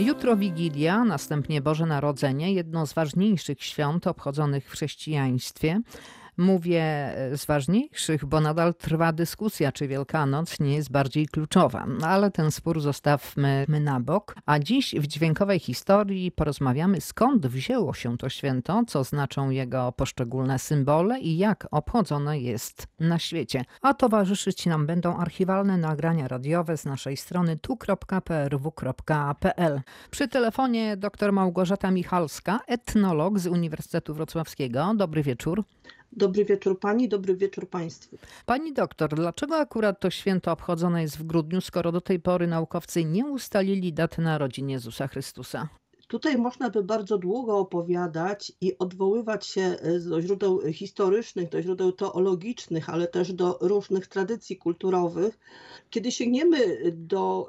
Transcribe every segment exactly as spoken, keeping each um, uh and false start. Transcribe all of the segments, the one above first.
Jutro Wigilia, następnie Boże Narodzenie, jedno z ważniejszych świąt obchodzonych w chrześcijaństwie. Mówię z ważniejszych, bo nadal trwa dyskusja, czy Wielkanoc nie jest bardziej kluczowa. Ale ten spór zostawmy na bok. A dziś w Dźwiękowej Historii porozmawiamy, skąd wzięło się to święto, co znaczą jego poszczególne symbole i jak obchodzone jest na świecie. A towarzyszyć nam będą archiwalne nagrania radiowe z naszej strony tu kropka p r w kropka p l. Przy telefonie dr Małgorzata Michalska, etnolog z Uniwersytetu Wrocławskiego. Dobry wieczór. Dobry wieczór pani, dobry wieczór państwu. Pani doktor, dlaczego akurat to święto obchodzone jest w grudniu, skoro do tej pory naukowcy nie ustalili daty narodzin Jezusa Chrystusa? Tutaj można by bardzo długo opowiadać i odwoływać się do źródeł historycznych, do źródeł teologicznych, ale też do różnych tradycji kulturowych. Kiedy sięgniemy do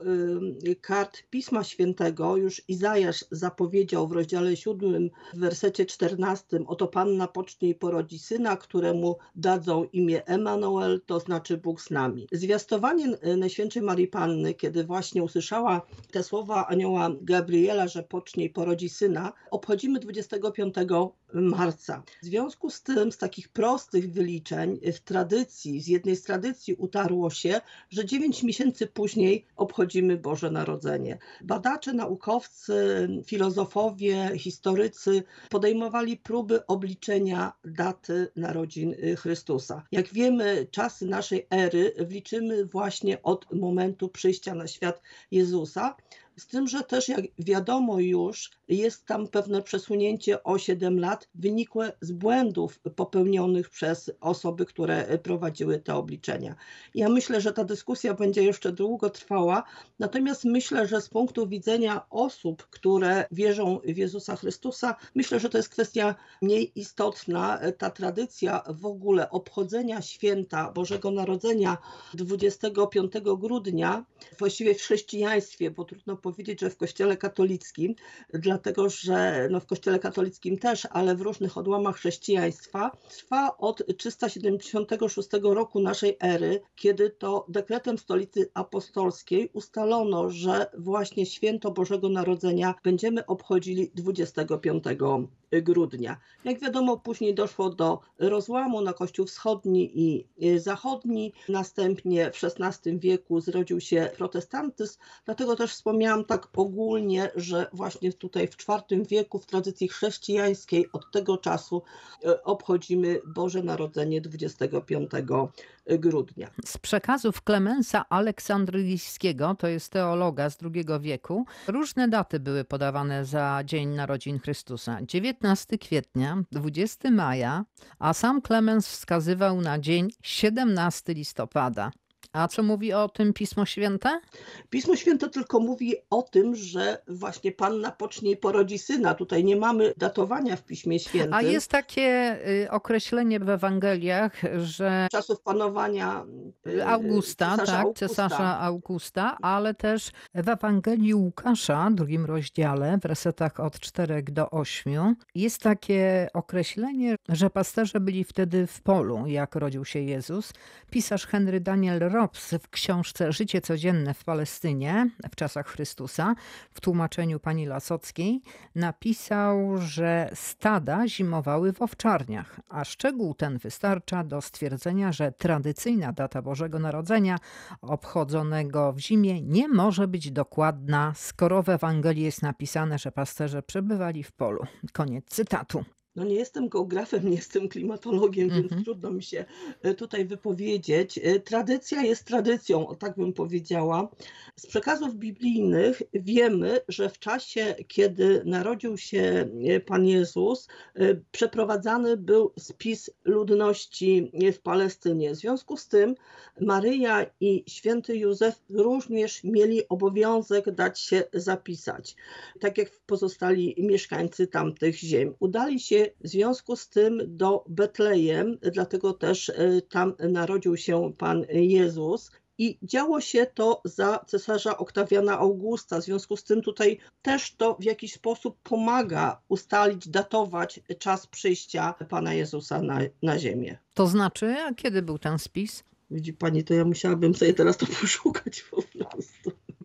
kart Pisma Świętego, już Izajasz zapowiedział w rozdziale siódmym, w wersecie czternastym: oto Panna pocznie i porodzi syna, któremu dadzą imię Emanuel, to znaczy Bóg z nami. Zwiastowanie Najświętszej Maryi Panny, kiedy właśnie usłyszała te słowa anioła Gabriela, że pocznie i porodzi syna, obchodzimy dwudziestego piątego marca. W związku z tym, z takich prostych wyliczeń w tradycji, z jednej z tradycji utarło się, że dziewięć miesięcy później obchodzimy Boże Narodzenie. Badacze, naukowcy, filozofowie, historycy podejmowali próby obliczenia daty narodzin Chrystusa. Jak wiemy, czasy naszej ery wliczymy właśnie od momentu przyjścia na świat Jezusa. Z tym, że też jak wiadomo już, jest tam pewne przesunięcie o siedem lat, wynikłe z błędów popełnionych przez osoby, które prowadziły te obliczenia. Ja myślę, że ta dyskusja będzie jeszcze długo trwała, natomiast myślę, że z punktu widzenia osób, które wierzą w Jezusa Chrystusa, myślę, że to jest kwestia mniej istotna. Ta tradycja w ogóle obchodzenia święta Bożego Narodzenia dwudziestego piątego grudnia, właściwie w chrześcijaństwie, bo trudno powiedzieć, że w Kościele katolickim, dlatego że no w Kościele katolickim też, ale w różnych odłamach chrześcijaństwa, trwa od trzysta siedemdziesiątego szóstego roku naszej ery, kiedy to dekretem Stolicy Apostolskiej ustalono, że właśnie święto Bożego Narodzenia będziemy obchodzili dwudziestego piątego grudnia. Jak wiadomo, później doszło do rozłamu na Kościół Wschodni i Zachodni. Następnie w szesnastym wieku zrodził się protestantyzm, dlatego też wspomniałam tak ogólnie, że właśnie tutaj w czwartym wieku w tradycji chrześcijańskiej od tego czasu obchodzimy Boże Narodzenie dwudziestego piątego grudnia. Z przekazów Klemensa Aleksandryjskiego, to jest teologa z drugiego wieku, różne daty były podawane za Dzień Narodzin Chrystusa. dziewiętnastego kwietnia, dwudziestego maja, a sam Klemens wskazywał na dzień siedemnastego listopada. A co mówi o tym Pismo Święte? Pismo Święte tylko mówi o tym, że właśnie Panna pocznie i porodzi syna. Tutaj nie mamy datowania w Piśmie Świętym. A jest takie y, określenie w Ewangeliach, że czasów panowania y, Augusta, cesarza tak, Augusta. cesarza Augusta, ale też w Ewangelii Łukasza, drugim rozdziale, w wersetach od czterech do ośmiu, jest takie określenie, że pasterze byli wtedy w polu, jak rodził się Jezus. Pisarz Henry Daniel Robs w książce Życie codzienne w Palestynie w czasach Chrystusa, w tłumaczeniu pani Lasockiej, napisał, że stada zimowały w owczarniach, a szczegół ten wystarcza do stwierdzenia, że tradycyjna data Bożego Narodzenia obchodzonego w zimie nie może być dokładna, skoro w Ewangelii jest napisane, że pasterze przebywali w polu. Koniec cytatu. No nie jestem geografem, nie jestem klimatologiem, Mhm. więc trudno mi się tutaj wypowiedzieć. Tradycja jest tradycją, o tak bym powiedziała. Z przekazów biblijnych wiemy, że w czasie, kiedy narodził się Pan Jezus, przeprowadzany był spis ludności w Palestynie. W związku z tym Maryja i święty Józef również mieli obowiązek dać się zapisać, tak jak pozostali mieszkańcy tamtych ziem. Udali się w związku z tym do Betlejem, dlatego też tam narodził się Pan Jezus. I działo się to za cesarza Oktawiana Augusta. W związku z tym tutaj też to w jakiś sposób pomaga ustalić, datować czas przyjścia Pana Jezusa na, na ziemię. To znaczy, a kiedy był ten spis? Widzi pani, to ja musiałabym sobie teraz to poszukać po prostu.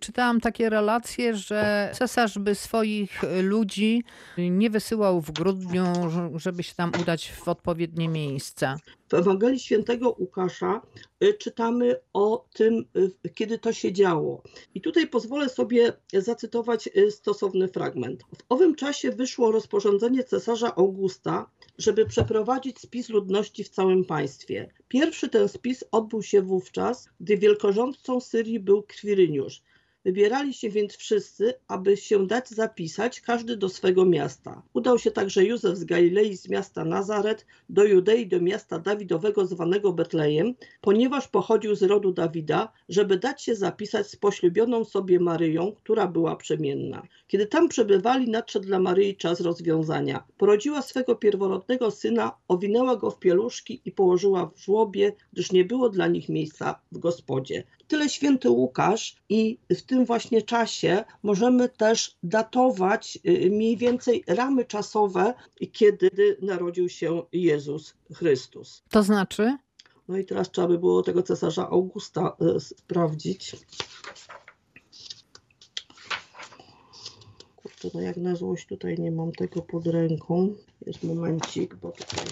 Czytałam takie relacje, że cesarz by swoich ludzi nie wysyłał w grudniu, żeby się tam udać w odpowiednie miejsca. W Ewangelii Świętego Łukasza czytamy o tym, kiedy to się działo. I tutaj pozwolę sobie zacytować stosowny fragment. W owym czasie wyszło rozporządzenie cesarza Augusta, żeby przeprowadzić spis ludności w całym państwie. Pierwszy ten spis odbył się wówczas, gdy wielkorządcą Syrii był Kwiryniusz. Wybierali się więc wszyscy, aby się dać zapisać, każdy do swego miasta. Udał się także Józef z Galilei, z miasta Nazaret, do Judei, do miasta Dawidowego zwanego Betlejem, ponieważ pochodził z rodu Dawida, żeby dać się zapisać z poślubioną sobie Maryją, która była przemienna. Kiedy tam przebywali, nadszedł dla Maryi czas rozwiązania. Porodziła swego pierworodnego syna, owinęła go w pieluszki i położyła w żłobie, gdyż nie było dla nich miejsca w gospodzie. Tyle święty Łukasz i w tym właśnie czasie możemy też datować mniej więcej ramy czasowe, kiedy narodził się Jezus Chrystus. To znaczy? No i teraz trzeba by było tego cesarza Augusta sprawdzić. Kurczę, no jak na złość tutaj nie mam tego pod ręką. Jest momencik, bo tutaj...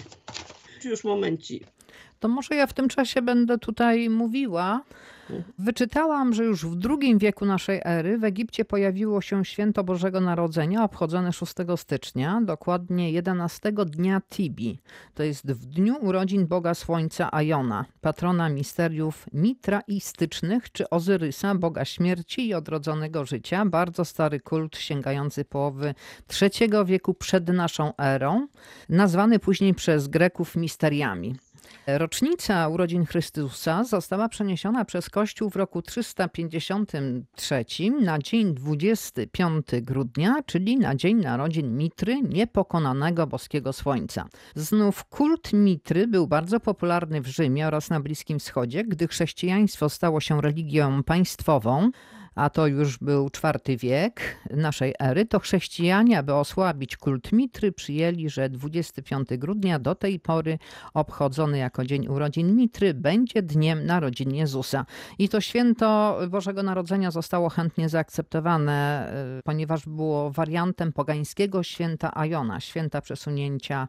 Już momencik. To może ja w tym czasie będę tutaj mówiła. Wyczytałam, że już w drugim wieku naszej ery w Egipcie pojawiło się święto Bożego Narodzenia obchodzone szóstego stycznia, dokładnie jedenastego dnia Tibi. To jest w dniu urodzin Boga Słońca Ajona, patrona misteriów mitraistycznych czy Ozyrysa, Boga śmierci i odrodzonego życia. Bardzo stary kult sięgający połowy trzeciego wieku przed naszą erą, nazwany później przez Greków misteriami. Rocznica urodzin Chrystusa została przeniesiona przez Kościół w roku trzysta pięćdziesiątym trzecim na dzień dwudziestego piątego grudnia, czyli na dzień narodzin Mitry, niepokonanego boskiego słońca. Znów kult Mitry był bardzo popularny w Rzymie oraz na Bliskim Wschodzie, gdy chrześcijaństwo stało się religią państwową, a to już był czwarty wiek naszej ery, to chrześcijanie, aby osłabić kult Mitry, przyjęli, że dwudziestego piątego grudnia do tej pory obchodzony jako dzień urodzin Mitry będzie dniem narodzin Jezusa. I to święto Bożego Narodzenia zostało chętnie zaakceptowane, ponieważ było wariantem pogańskiego święta Ajona, święta przesunięcia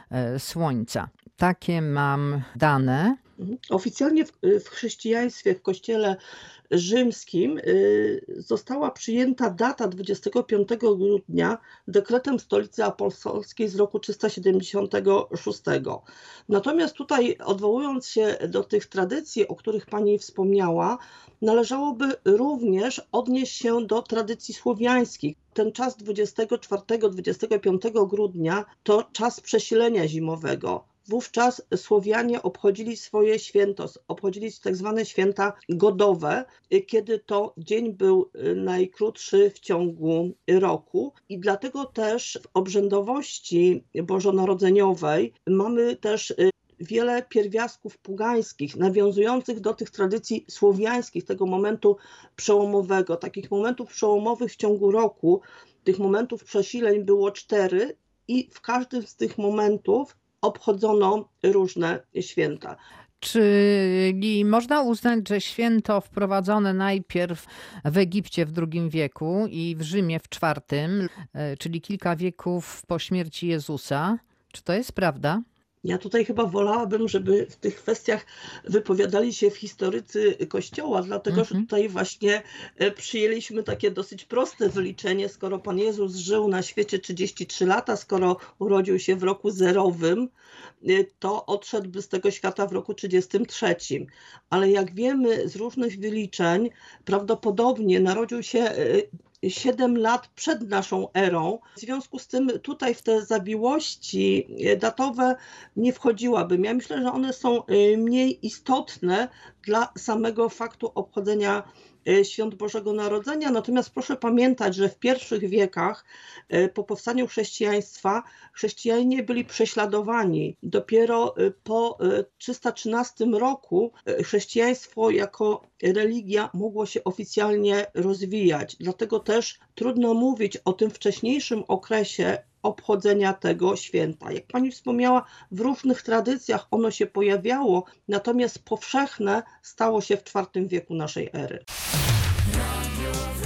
słońca. Takie mam dane. Oficjalnie w, w chrześcijaństwie, w kościele rzymskim została przyjęta data dwudziestego piątego grudnia dekretem Stolicy Apostolskiej z roku trzysta siedemdziesiątego szóstego. Natomiast tutaj, odwołując się do tych tradycji, o których Pani wspomniała, należałoby również odnieść się do tradycji słowiańskich. Ten czas dwudziestego czwartego do dwudziestego piątego grudnia to czas przesilenia zimowego. Wówczas Słowianie obchodzili swoje święto, obchodzili tak zwane święta godowe, kiedy to dzień był najkrótszy w ciągu roku i dlatego też w obrzędowości bożonarodzeniowej mamy też wiele pierwiastków pogańskich, nawiązujących do tych tradycji słowiańskich, tego momentu przełomowego. Takich momentów przełomowych w ciągu roku, tych momentów przesileń było cztery i w każdym z tych momentów obchodzono różne święta. Czyli można uznać, że święto wprowadzone najpierw w Egipcie w drugim wieku i w Rzymie w czwartym, czyli kilka wieków po śmierci Jezusa. Czy to jest prawda? Ja tutaj chyba wolałabym, żeby w tych kwestiach wypowiadali się historycy Kościoła, dlatego że tutaj właśnie przyjęliśmy takie dosyć proste wyliczenie, skoro Pan Jezus żył na świecie trzydzieści trzy lata, skoro urodził się w roku zerowym, to odszedłby z tego świata w roku trzydziestym trzecim. Ale jak wiemy z różnych wyliczeń, prawdopodobnie narodził się siedem lat przed naszą erą. W związku z tym tutaj w te zawiłości datowe nie wchodziłabym. Ja myślę, że one są mniej istotne dla samego faktu obchodzenia świąt Bożego Narodzenia. Natomiast proszę pamiętać, że w pierwszych wiekach po powstaniu chrześcijaństwa chrześcijanie byli prześladowani. Dopiero po trzysta trzynastym roku chrześcijaństwo jako religia mogło się oficjalnie rozwijać. Dlatego też trudno mówić o tym wcześniejszym okresie obchodzenia tego święta. Jak Pani wspomniała, w różnych tradycjach ono się pojawiało, natomiast powszechne stało się w czwartym wieku naszej ery.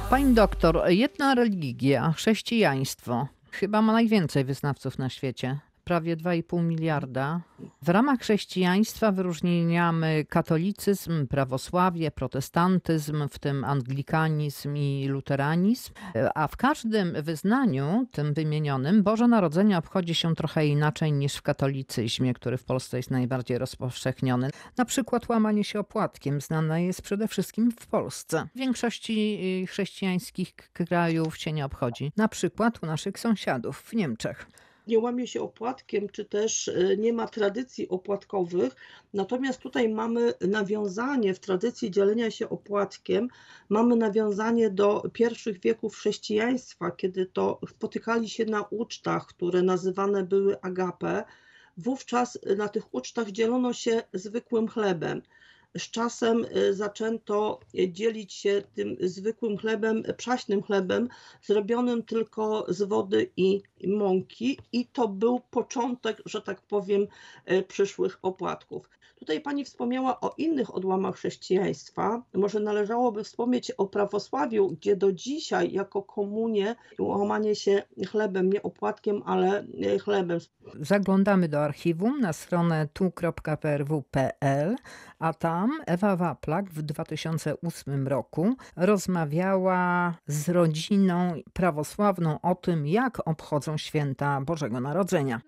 Pani doktor, jedna religia, chrześcijaństwo, chyba ma najwięcej wyznawców na świecie. Prawie dwa i pół miliarda. W ramach chrześcijaństwa wyróżniamy katolicyzm, prawosławie, protestantyzm, w tym anglikanizm i luteranizm. A w każdym wyznaniu, tym wymienionym, Boże Narodzenie obchodzi się trochę inaczej niż w katolicyzmie, który w Polsce jest najbardziej rozpowszechniony. Na przykład łamanie się opłatkiem znane jest przede wszystkim w Polsce. W większości chrześcijańskich krajów się nie obchodzi. Na przykład u naszych sąsiadów w Niemczech. Nie łamie się opłatkiem, czy też nie ma tradycji opłatkowych. Natomiast tutaj mamy nawiązanie w tradycji dzielenia się opłatkiem, mamy nawiązanie do pierwszych wieków chrześcijaństwa, kiedy to spotykali się na ucztach, które nazywane były agape. Wówczas na tych ucztach dzielono się zwykłym chlebem. Z czasem zaczęto dzielić się tym zwykłym chlebem, przaśnym chlebem, zrobionym tylko z wody i mąki, i to był początek, że tak powiem, przyszłych opłatków. Tutaj pani wspomniała o innych odłamach chrześcijaństwa. Może należałoby wspomnieć o prawosławiu, gdzie do dzisiaj jako komunie łamanie się chlebem, nie opłatkiem, ale chlebem. Zaglądamy do archiwum na stronę tu kropka p r w kropka p l, a tam Ewa Waplak w dwa tysiące ósmym roku rozmawiała z rodziną prawosławną o tym, jak obchodzą święta Bożego Narodzenia.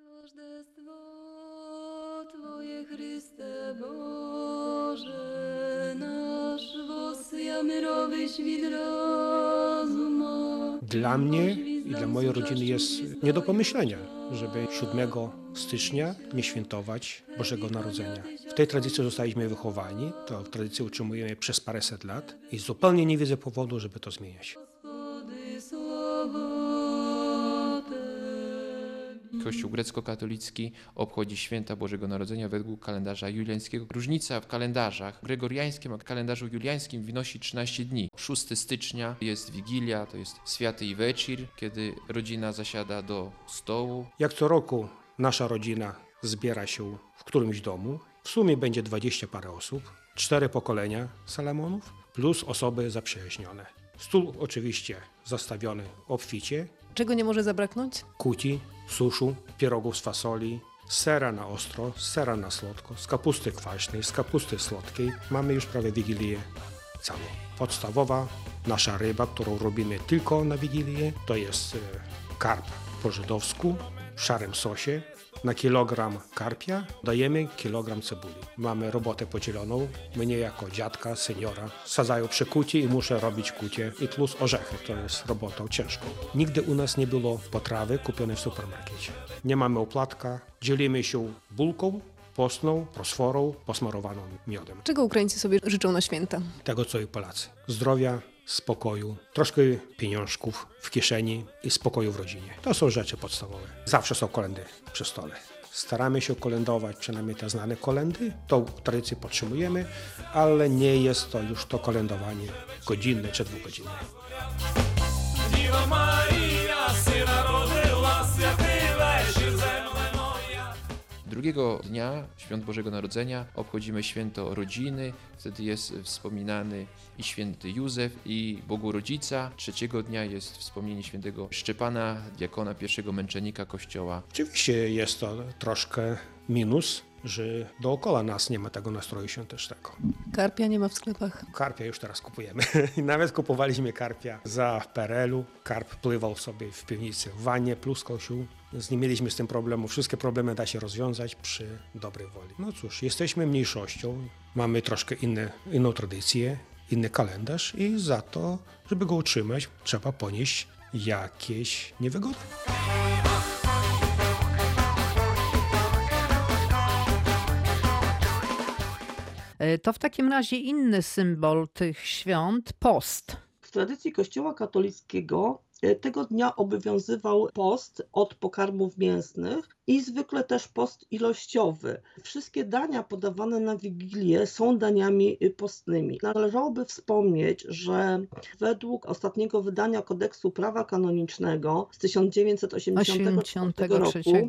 Twoje Chryste Boże nasz, wosjamy świt rozumu. Dla mnie i dla mojej rodziny jest nie do pomyślenia, żeby siódmego stycznia nie świętować Bożego Narodzenia. W tej tradycji zostaliśmy wychowani, to tradycję utrzymujemy przez paręset lat i zupełnie nie widzę powodu, żeby to zmieniać. Kościół grecko-katolicki obchodzi święta Bożego Narodzenia według kalendarza juliańskiego. Różnica w kalendarzach gregoriańskim a kalendarzu juliańskim wynosi trzynaście dni. szóstego stycznia jest Wigilia, to jest Święty Wieczór, kiedy rodzina zasiada do stołu. Jak co roku nasza rodzina zbiera się w którymś domu. W sumie będzie dwadzieścia parę osób, cztery pokolenia Salamonów plus osoby zaprzyjaźnione. Stół oczywiście zastawiony obficie. Czego nie może zabraknąć? Kuti, suszu, pierogów z fasoli, sera na ostro, sera na słodko, z kapusty kwaśnej, z kapusty słodkiej. Mamy już prawie Wigilię całą. Podstawowa nasza ryba, którą robimy tylko na Wigilię, to jest karp po żydowsku w szarym sosie. Na kilogram karpia dajemy kilogram cebuli. Mamy robotę podzieloną. Mnie jako dziadka, seniora sadzają przy kucie i muszę robić kucie i plus orzechy. To jest robotą ciężką. Nigdy u nas nie było potrawy kupionej w supermarkecie. Nie mamy opłatka. Dzielimy się bułką postną, prosforą, posmarowaną miodem. Czego Ukraińcy sobie życzą na święta? Tego, co i Polacy. Zdrowia, spokoju, troszkę pieniążków w kieszeni i spokoju w rodzinie. To są rzeczy podstawowe. Zawsze są kolędy przy stole. Staramy się kolędować, przynajmniej te znane kolędy. Tą tradycję podtrzymujemy, ale nie jest to już to kolędowanie godzinne czy dwugodzinne. Drugiego dnia Świąt Bożego Narodzenia obchodzimy święto rodziny, wtedy jest wspominany i święty Józef, i Bogu Rodzica. Trzeciego dnia jest wspomnienie świętego Szczepana, diakona, pierwszego męczennika Kościoła. Oczywiście jest to troszkę minus, że dookoła nas nie ma tego nastroju świątecznego. Karpia nie ma w sklepach. Karpia już teraz kupujemy. Nawet kupowaliśmy karpia za P R L u. Karp pływał sobie w piwnicy w wannie, pluskał się. Więc nie mieliśmy z tym problemu. Wszystkie problemy da się rozwiązać przy dobrej woli. No cóż, jesteśmy mniejszością, mamy troszkę inne, inną tradycję, inny kalendarz i za to, żeby go utrzymać, trzeba ponieść jakieś niewygody. To w takim razie inny symbol tych świąt, post. W tradycji Kościoła katolickiego tego dnia obowiązywał post od pokarmów mięsnych i zwykle też post ilościowy. Wszystkie dania podawane na Wigilię są daniami postnymi. Należałoby wspomnieć, że według ostatniego wydania Kodeksu Prawa Kanonicznego z tysiąc dziewięćset osiemdziesiątego czwartego roku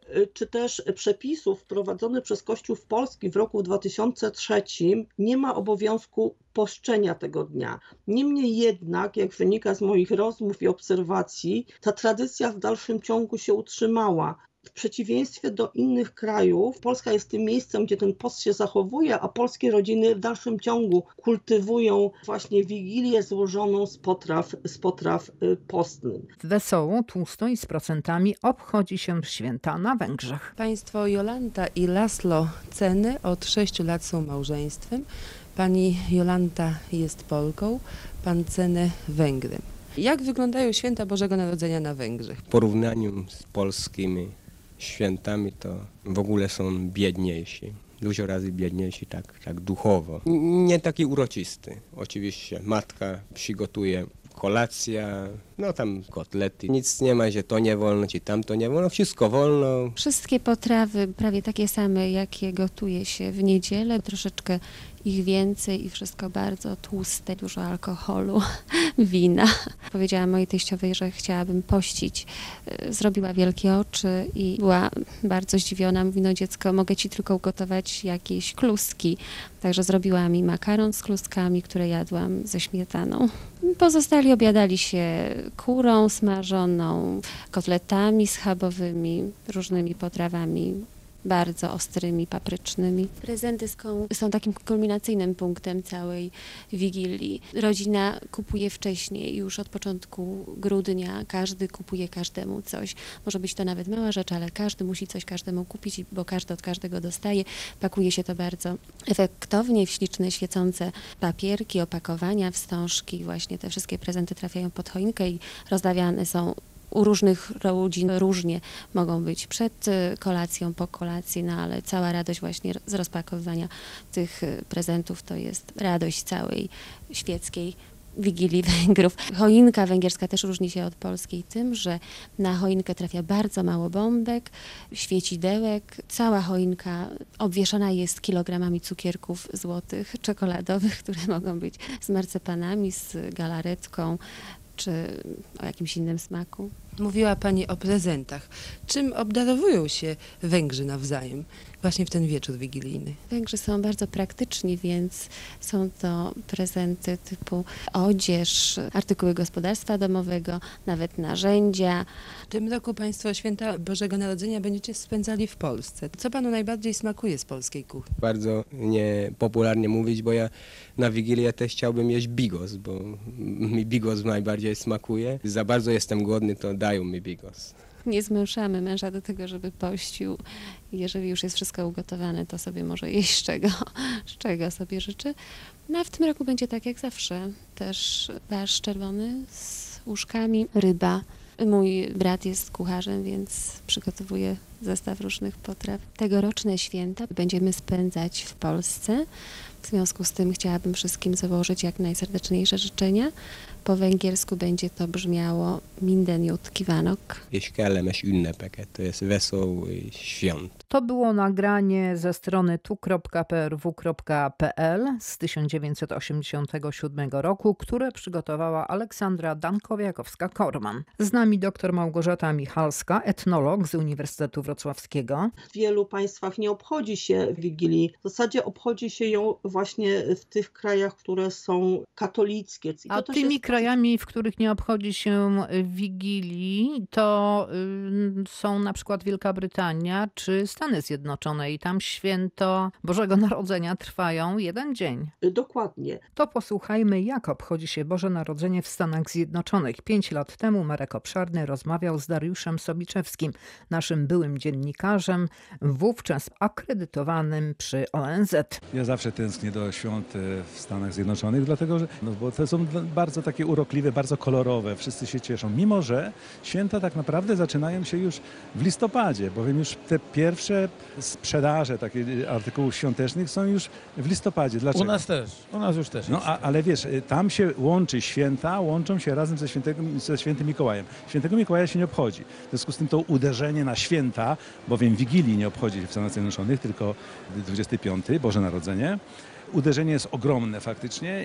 czy też przepisów wprowadzonych przez Kościół w Polskim w roku dwa tysiące trzecim nie ma obowiązku poszczenia tego dnia. Niemniej jednak, jak wynika z moich rozmów i obserwacji, ta tradycja w dalszym ciągu się utrzymała. W przeciwieństwie do innych krajów, Polska jest tym miejscem, gdzie ten post się zachowuje, a polskie rodziny w dalszym ciągu kultywują właśnie wigilię złożoną z potraw, z potraw postnych. Wesoło, tłusto i z procentami obchodzi się święta na Węgrzech. Państwo Jolanta i Laszlo Ceny od sześciu lat są małżeństwem. Pani Jolanta jest Polką, pan Ceny Węgrem. Jak wyglądają święta Bożego Narodzenia na Węgrzech? W porównaniu z polskimi świętami to w ogóle są biedniejsi. Dużo razy biedniejsi, tak, tak duchowo. Nie taki uroczysty. Oczywiście matka przygotuje kolacja, no tam kotlety. Nic nie ma, że to nie wolno, czy tamto nie wolno. Wszystko wolno. Wszystkie potrawy prawie takie same, jakie gotuje się w niedzielę. Troszeczkę ich więcej i wszystko bardzo tłuste, dużo alkoholu, wina. Powiedziałam mojej teściowej, że chciałabym pościć. Zrobiła wielkie oczy i była bardzo zdziwiona. Mówi, no dziecko, mogę ci tylko ugotować jakieś kluski. Także zrobiła mi makaron z kluskami, które jadłam ze śmietaną. Pozostali obiadali się kurą smażoną, kotletami schabowymi, różnymi potrawami bardzo ostrymi, paprycznymi. Prezenty są, są takim kulminacyjnym punktem całej Wigilii. Rodzina kupuje wcześniej, już od początku grudnia. Każdy kupuje każdemu coś. Może być to nawet mała rzecz, ale każdy musi coś każdemu kupić, bo każdy od każdego dostaje. Pakuje się to bardzo efektownie w śliczne, świecące papierki, opakowania, wstążki. Właśnie te wszystkie prezenty trafiają pod choinkę i rozdawiane są u różnych rodzin różnie, mogą być przed kolacją, po kolacji, no ale cała radość właśnie z rozpakowywania tych prezentów to jest radość całej świeckiej Wigilii Węgrów. Choinka węgierska też różni się od polskiej tym, że na choinkę trafia bardzo mało bombek, świecidełek. Cała choinka obwieszona jest kilogramami cukierków złotych, czekoladowych, które mogą być z marcepanami, z galaretką, czy o jakimś innym smaku. Mówiła Pani o prezentach. Czym obdarowują się Węgrzy nawzajem właśnie w ten wieczór wigilijny? Węgrzy są bardzo praktyczni, więc są to prezenty typu odzież, artykuły gospodarstwa domowego, nawet narzędzia. W tym roku Państwo święta Bożego Narodzenia będziecie spędzali w Polsce. Co Panu najbardziej smakuje z polskiej kuchni? Bardzo niepopularnie mówić, bo ja na Wigilię też chciałbym jeść bigos, bo mi bigos najbardziej smakuje. Za bardzo jestem głodny, to dają mi bigos. Nie zmuszamy męża do tego, żeby pościł. Jeżeli już jest wszystko ugotowane, to sobie może jeść z czego, z czego sobie życzy. No a w tym roku będzie tak jak zawsze. Też barszcz czerwony z łóżkami, ryba. Mój brat jest kucharzem, więc przygotowuje zestaw różnych potraw. Tegoroczne święta będziemy spędzać w Polsce. W związku z tym chciałabym wszystkim złożyć jak najserdeczniejsze życzenia. Po węgiersku będzie to brzmiało Minden jót kívánok. És kellemes ünnepeket, to jest wesoły świąt. To było nagranie ze strony tu kropka p r w kropka p l z tysiąc dziewięćset osiemdziesiątego siódmego roku, które przygotowała Aleksandra Dankowiakowska-Korman. Z nami dr Małgorzata Michalska, etnolog z Uniwersytetu Wrocławskiego. W wielu państwach nie obchodzi się Wigilii. W zasadzie obchodzi się ją właśnie w tych krajach, które są katolickie. I A to tymi jest... krajami, w których nie obchodzi się Wigilii, to y, są na przykład Wielka Brytania czy Stany Zjednoczone i tam święto Bożego Narodzenia trwają jeden dzień. Dokładnie. To posłuchajmy, jak obchodzi się Boże Narodzenie w Stanach Zjednoczonych. Pięć lat temu Marek Obszarny rozmawiał z Dariuszem Sobiczewskim, naszym byłym dziennikarzem, wówczas akredytowanym przy O N Z. Ja zawsze tęsknię do świąt w Stanach Zjednoczonych, dlatego że no, bo to są bardzo takie urokliwe, bardzo kolorowe, wszyscy się cieszą, mimo że święta tak naprawdę zaczynają się już w listopadzie, bowiem już te pierwsze sprzedaże takich artykułów świątecznych są już w listopadzie. Dlaczego? U nas też, u nas już też. No a, ale wiesz, tam się łączy święta, łączą się razem ze, świętym, ze świętym Mikołajem. Świętego Mikołaja się nie obchodzi. W związku z tym to uderzenie na święta, bowiem Wigilii nie obchodzi się w Stanach Zjednoczonych, tylko dwudziestego piątego, Boże Narodzenie. Uderzenie jest ogromne faktycznie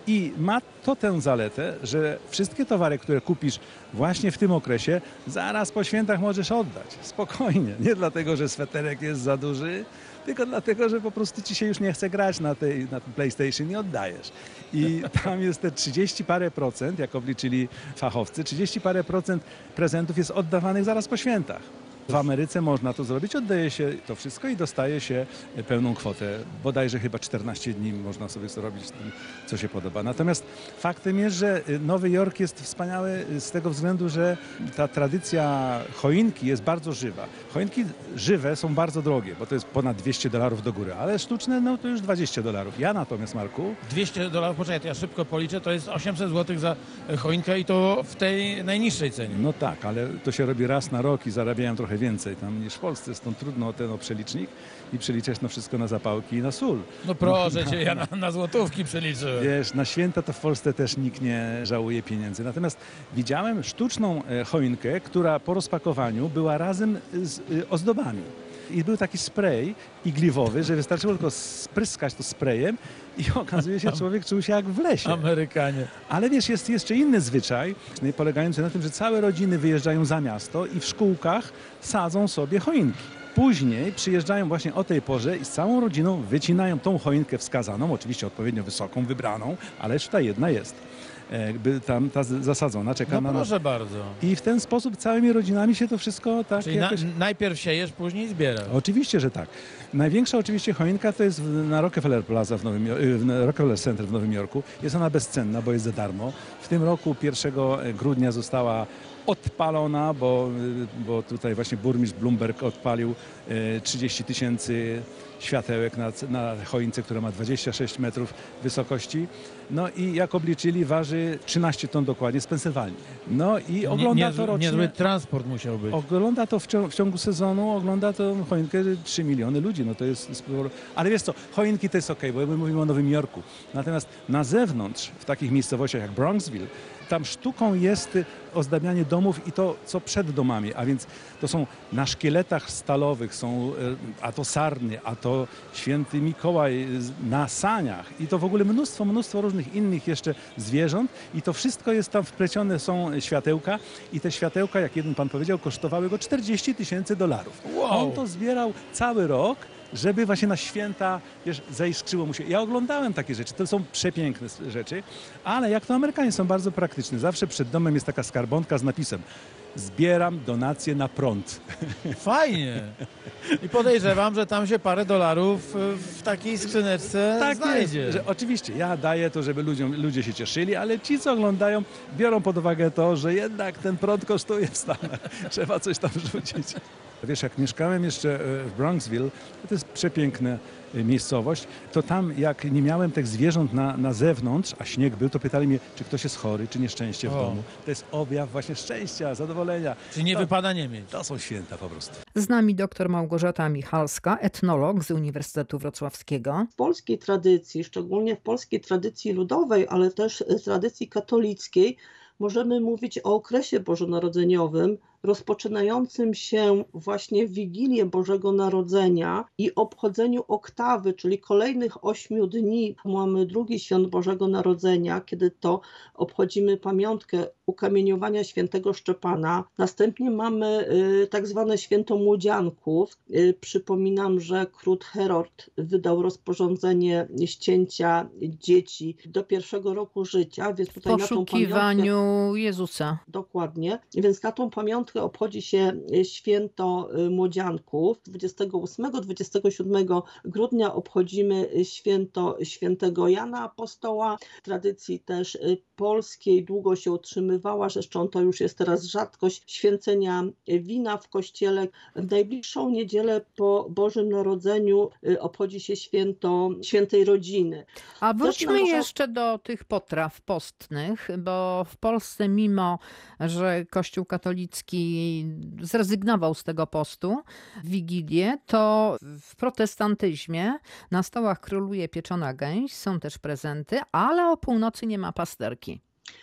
I ma to tę zaletę, że wszystkie towary, które kupisz właśnie w tym okresie, zaraz po świętach możesz oddać. Spokojnie. Nie dlatego, że sweterek jest za duży, tylko dlatego, że po prostu ci się już nie chce grać na, tej, na tym PlayStation i oddajesz. I tam jest te trzydzieści parę procent, jak obliczyli fachowcy, trzydzieści parę procent prezentów jest oddawanych zaraz po świętach. W Ameryce można to zrobić, oddaje się to wszystko i dostaje się pełną kwotę. Bodajże chyba czternaście dni można sobie zrobić tym, co się podoba. Natomiast faktem jest, że Nowy Jork jest wspaniały z tego względu, że ta tradycja choinki jest bardzo żywa. Choinki żywe są bardzo drogie, bo to jest ponad dwieście dolarów do góry, ale sztuczne no to już dwadzieścia dolarów. Ja natomiast, Marku... dwieście dolarów, poczekaj, to ja szybko policzę, to jest osiemset złotych za choinkę i to w tej najniższej cenie. No tak, ale to się robi raz na rok i zarabiają trochę więcej tam niż w Polsce, stąd trudno o ten o przelicznik i przeliczać no wszystko na zapałki i na sól. No proszę no, cię, ja na, na złotówki przeliczyłem. Wiesz, na święta to w Polsce też nikt nie żałuje pieniędzy. Natomiast widziałem sztuczną choinkę, która po rozpakowaniu była razem z ozdobami. I był taki spray igliwowy, że wystarczyło tylko spryskać to sprayem i okazuje się, że człowiek czuł się jak w lesie. Amerykanie. Ale wiesz, jest jeszcze inny zwyczaj, polegający na tym, że całe rodziny wyjeżdżają za miasto i w szkółkach sadzą sobie choinki. Później przyjeżdżają właśnie o tej porze i z całą rodziną wycinają tą choinkę wskazaną, oczywiście odpowiednio wysoką, wybraną, ale jeszcze ta jedna jest. Jakby tam ta zasadzona, czeka no na nas. proszę bardzo. I w ten sposób całymi rodzinami się to wszystko tak Czyli jakoś... na, najpierw siejesz, później zbierasz. Oczywiście, że tak. Największa oczywiście choinka to jest na Rockefeller Plaza w Nowym Jorku, w Rockefeller Center w Nowym Jorku. Jest ona bezcenna, bo jest za darmo. W tym roku pierwszego grudnia została odpalona, bo, bo tutaj właśnie burmistrz Bloomberg odpalił trzydzieści tysięcy światełek na, na choince, która ma dwadzieścia sześć metrów wysokości. No i jak obliczyli, waży trzynaście ton dokładnie z Pensylwanii. No i ogląda nie, to rocznie. Niezły transport musiał być. Ogląda to w ciągu, w ciągu sezonu, ogląda to choinkę trzy miliony ludzi. No to jest sporo. Ale wiesz co, choinki to jest okej, bo my mówimy o Nowym Jorku. Natomiast na zewnątrz, w takich miejscowościach jak Bronxville, tam sztuką jest ozdabianie domów i to, co przed domami, a więc to są na szkieletach stalowych, są a to sarny, a to święty Mikołaj na saniach i to w ogóle mnóstwo, mnóstwo różnych innych jeszcze zwierząt i to wszystko jest tam wplecione, są światełka i te światełka, jak jeden pan powiedział, kosztowały go czterdzieści tysięcy dolarów. Wow. On to zbierał cały rok, żeby właśnie na święta, wiesz, zaiskrzyło mu się. Ja oglądałem takie rzeczy, to są przepiękne rzeczy, ale jak to Amerykanie są bardzo praktyczni. Zawsze przed domem jest taka skarbonka z napisem: zbieram donacje na prąd. Fajnie. I podejrzewam, że tam się parę dolarów w takiej skrzyneczce tak znajdzie. Jest, że oczywiście ja daję to, żeby ludziom, ludzie się cieszyli, ale ci, co oglądają, biorą pod uwagę to, że jednak ten prąd kosztuje w Stanach. Trzeba coś tam rzucić. Wiesz, jak mieszkałem jeszcze w Bronxville, to jest przepiękna miejscowość, to tam jak nie miałem tych zwierząt na, na zewnątrz, a śnieg był, to pytali mnie, czy ktoś jest chory, czy nieszczęście w o. domu. To jest objaw właśnie szczęścia, zadowolenia. Czy nie to, wypada nie mieć. To są święta po prostu. Z nami dr Małgorzata Michalska, etnolog z Uniwersytetu Wrocławskiego. W polskiej tradycji, szczególnie w polskiej tradycji ludowej, ale też tradycji katolickiej, możemy mówić o okresie bożonarodzeniowym, rozpoczynającym się właśnie w Wigilię Bożego Narodzenia i obchodzeniu oktawy, czyli kolejnych ośmiu dni. Mamy drugi świąt Bożego Narodzenia, kiedy to obchodzimy pamiątkę ukamieniowania świętego Szczepana. Następnie mamy y, tak zwane święto młodzianków. Y, przypominam, że król Herod wydał rozporządzenie ścięcia dzieci do pierwszego roku życia, więc tutaj w poszukiwaniu na tą pamiątkę, Jezusa. Dokładnie, więc na tą pamiątkę obchodzi się święto młodzianków. dwudziestego ósmego do dwudziestego siódmego grudnia obchodzimy święto świętego Jana Apostoła. W tradycji też polskiej długo się utrzymywała, zresztą to już jest teraz rzadkość, święcenia wina w kościele. W najbliższą niedzielę po Bożym Narodzeniu obchodzi się święto świętej rodziny. A wróćmy może... jeszcze do tych potraw postnych, bo w Polsce, mimo że Kościół katolicki zrezygnował z tego postu w Wigilię, to w protestantyzmie na stołach króluje pieczona gęś, są też prezenty, ale o północy nie ma pasterki.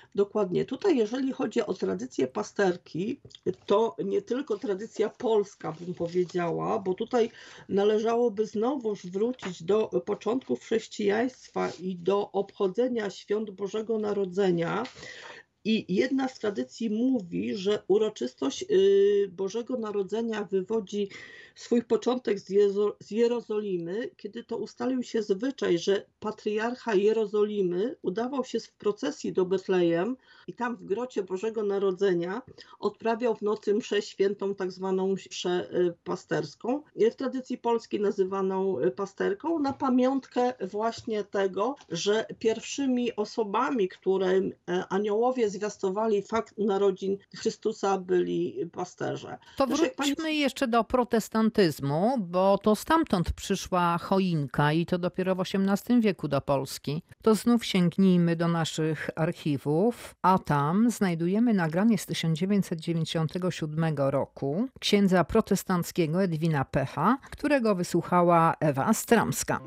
Dokładnie. Tutaj, jeżeli chodzi o tradycję pasterki, to nie tylko tradycja polska, bym powiedziała, bo tutaj należałoby znowuż wrócić do początków chrześcijaństwa i do obchodzenia świąt Bożego Narodzenia. I jedna z tradycji mówi, że uroczystość Bożego Narodzenia wywodzi swój początek z, Jezo- z Jerozolimy, kiedy to ustalił się zwyczaj, że patriarcha Jerozolimy udawał się w procesji do Betlejem i tam w grocie Bożego Narodzenia odprawiał w nocy mszę świętą, tak zwaną mszę pasterską, w tradycji polskiej nazywaną pasterką, na pamiątkę właśnie tego, że pierwszymi osobami, którym aniołowie zwiastowali fakt narodzin Chrystusa, byli pasterze. To Proszę, wróćmy pani- jeszcze do protestantyzmu, bo to stamtąd przyszła choinka i to dopiero w osiemnastym wieku do Polski. To znów sięgnijmy do naszych archiwów, a tam znajdujemy nagranie z tysiąc dziewięćset dziewięćdziesiątego siódmego roku księdza protestanckiego Edwina Pecha, którego wysłuchała Ewa Stramska.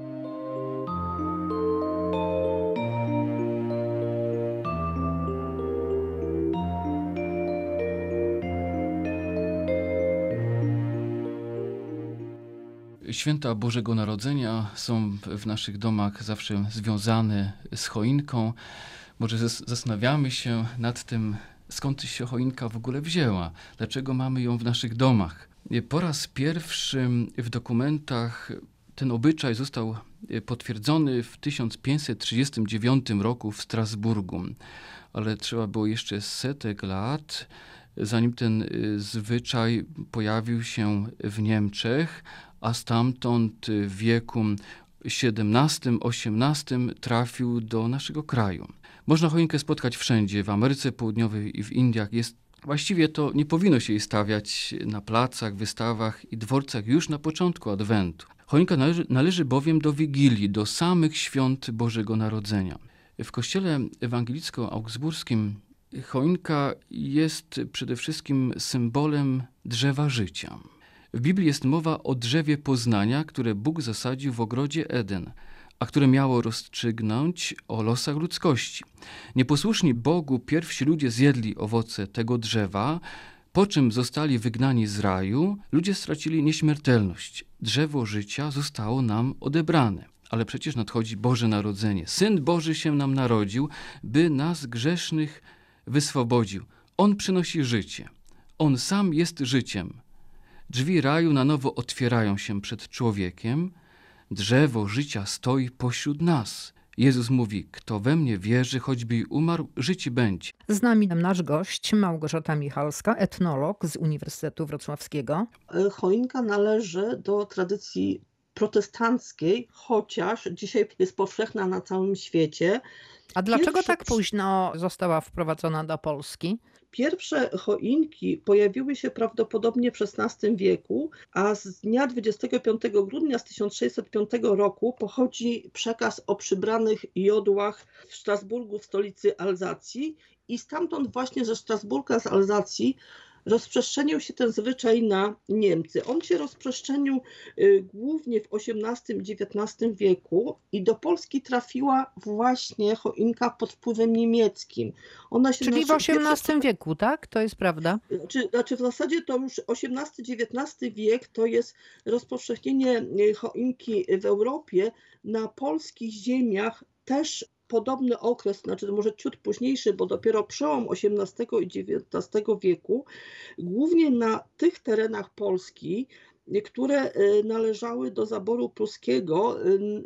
Święta Bożego Narodzenia są w naszych domach zawsze związane z choinką. Może zas- zastanawiamy się nad tym, skąd się choinka w ogóle wzięła, dlaczego mamy ją w naszych domach. Po raz pierwszy w dokumentach ten obyczaj został potwierdzony w tysiąc pięćset trzydziestym dziewiątym roku w Strasburgu, ale trzeba było jeszcze setek lat, zanim ten zwyczaj pojawił się w Niemczech, a stamtąd w wieku siedemnastym osiemnastym trafił do naszego kraju. Można choinkę spotkać wszędzie, w Ameryce Południowej i w Indiach. Jest, właściwie to nie powinno się jej stawiać na placach, wystawach i dworcach już na początku Adwentu. Choinka należy, należy bowiem do Wigilii, do samych świąt Bożego Narodzenia. W kościele ewangelicko-augsburskim choinka jest przede wszystkim symbolem drzewa życia. W Biblii jest mowa o drzewie poznania, które Bóg zasadził w ogrodzie Eden, a które miało rozstrzygnąć o losach ludzkości. Nieposłuszni Bogu pierwsi ludzie zjedli owoce tego drzewa, po czym zostali wygnani z raju, ludzie stracili nieśmiertelność. Drzewo życia zostało nam odebrane. Ale przecież nadchodzi Boże Narodzenie. Syn Boży się nam narodził, by nas grzesznych wyswobodził. On przynosi życie. On sam jest życiem. Drzwi raju na nowo otwierają się przed człowiekiem. Drzewo życia stoi pośród nas. Jezus mówi, kto we mnie wierzy, choćby i umarł, żyć będzie. Z nami nasz gość Małgorzata Michalska, etnolog z Uniwersytetu Wrocławskiego. Choinka należy do tradycji protestanckiej, chociaż dzisiaj jest powszechna na całym świecie. A dlaczego Pierwsze- tak późno została wprowadzona do Polski? Pierwsze choinki pojawiły się prawdopodobnie w szesnastym wieku, a z dnia dwudziestego piątego grudnia z tysiąc sześćset piątego roku pochodzi przekaz o przybranych jodłach w Strasburgu, w stolicy Alzacji, i stamtąd właśnie ze Strasburga, z Alzacji, rozprzestrzenił się ten zwyczaj na Niemcy. On się rozprzestrzenił y, głównie w osiemnastym i dziewiętnastym wieku i do Polski trafiła właśnie choinka pod wpływem niemieckim. Ona się Czyli w naszy- osiemnastym wieku, tak? To jest prawda? Znaczy, znaczy w zasadzie to już osiemnasty dziewiętnasty wiek to jest rozpowszechnienie y, choinki w Europie. Na polskich ziemiach też podobny okres, znaczy może ciut późniejszy, bo dopiero przełom osiemnastego i dziewiętnastego wieku, głównie na tych terenach Polski, które należały do zaboru pruskiego,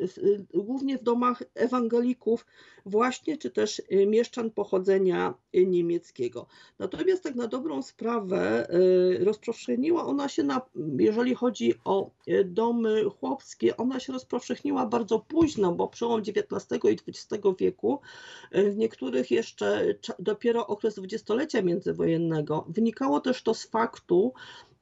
głównie w domach ewangelików właśnie, czy też mieszczan pochodzenia niemieckiego. Natomiast tak na dobrą sprawę rozpowszechniła ona się, na, jeżeli chodzi o domy chłopskie, ona się rozpowszechniła bardzo późno, bo przełom dziewiętnastego i dwudziestego wieku, w niektórych jeszcze dopiero okres dwudziestolecia międzywojennego. Wynikało też to z faktu,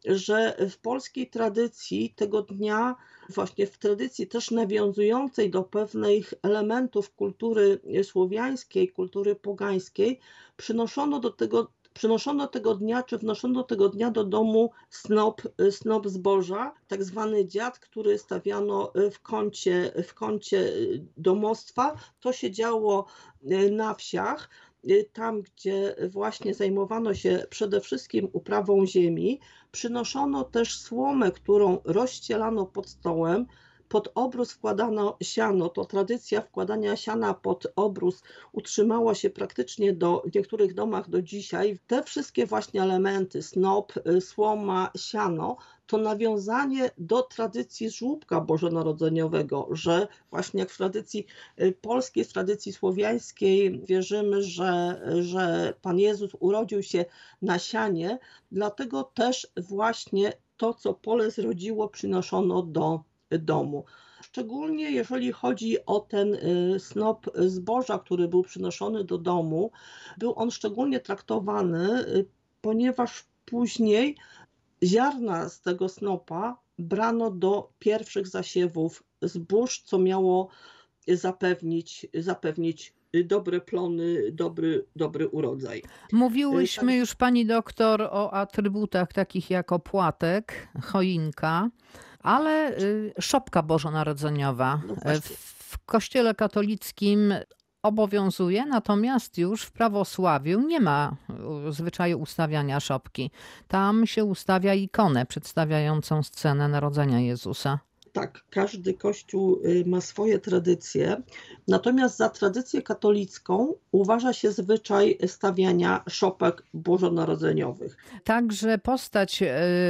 że w polskiej tradycji tego dnia, właśnie w tradycji też nawiązującej do pewnych elementów kultury słowiańskiej, kultury pogańskiej, przynoszono do tego, przynoszono tego dnia, czy wnoszono tego dnia do domu snop, snop zboża, tak zwany dziad, który stawiano w kącie, w kącie domostwa. To się działo na wsiach. tam, gdzie właśnie zajmowano się przede wszystkim uprawą ziemi, przynoszono też słomę, którą rozścielano pod stołem. Pod obrus wkładano siano. To tradycja wkładania siana pod obrus utrzymała się praktycznie do, w niektórych domach do dzisiaj. Te wszystkie właśnie elementy, snop, słoma, siano, to nawiązanie do tradycji żłóbka bożonarodzeniowego, że właśnie jak w tradycji polskiej, w tradycji słowiańskiej wierzymy, że, że Pan Jezus urodził się na sianie, dlatego też właśnie to, co pole zrodziło, przynoszono do domu. Szczególnie jeżeli chodzi o ten snop zboża, który był przynoszony do domu, był on szczególnie traktowany, ponieważ później ziarna z tego snopa brano do pierwszych zasiewów zbóż, co miało zapewnić, zapewnić dobre plony, dobry, dobry urodzaj. Mówiłyśmy już, pani doktor, o atrybutach takich jak opłatek, choinka, ale szopka bożonarodzeniowa No w, w kościele katolickim obowiązuje, natomiast już w prawosławiu nie ma zwyczaju ustawiania szopki. Tam się ustawia ikonę przedstawiającą scenę narodzenia Jezusa. Tak, każdy kościół ma swoje tradycje, natomiast za tradycję katolicką uważa się zwyczaj stawiania szopek bożonarodzeniowych. Także postać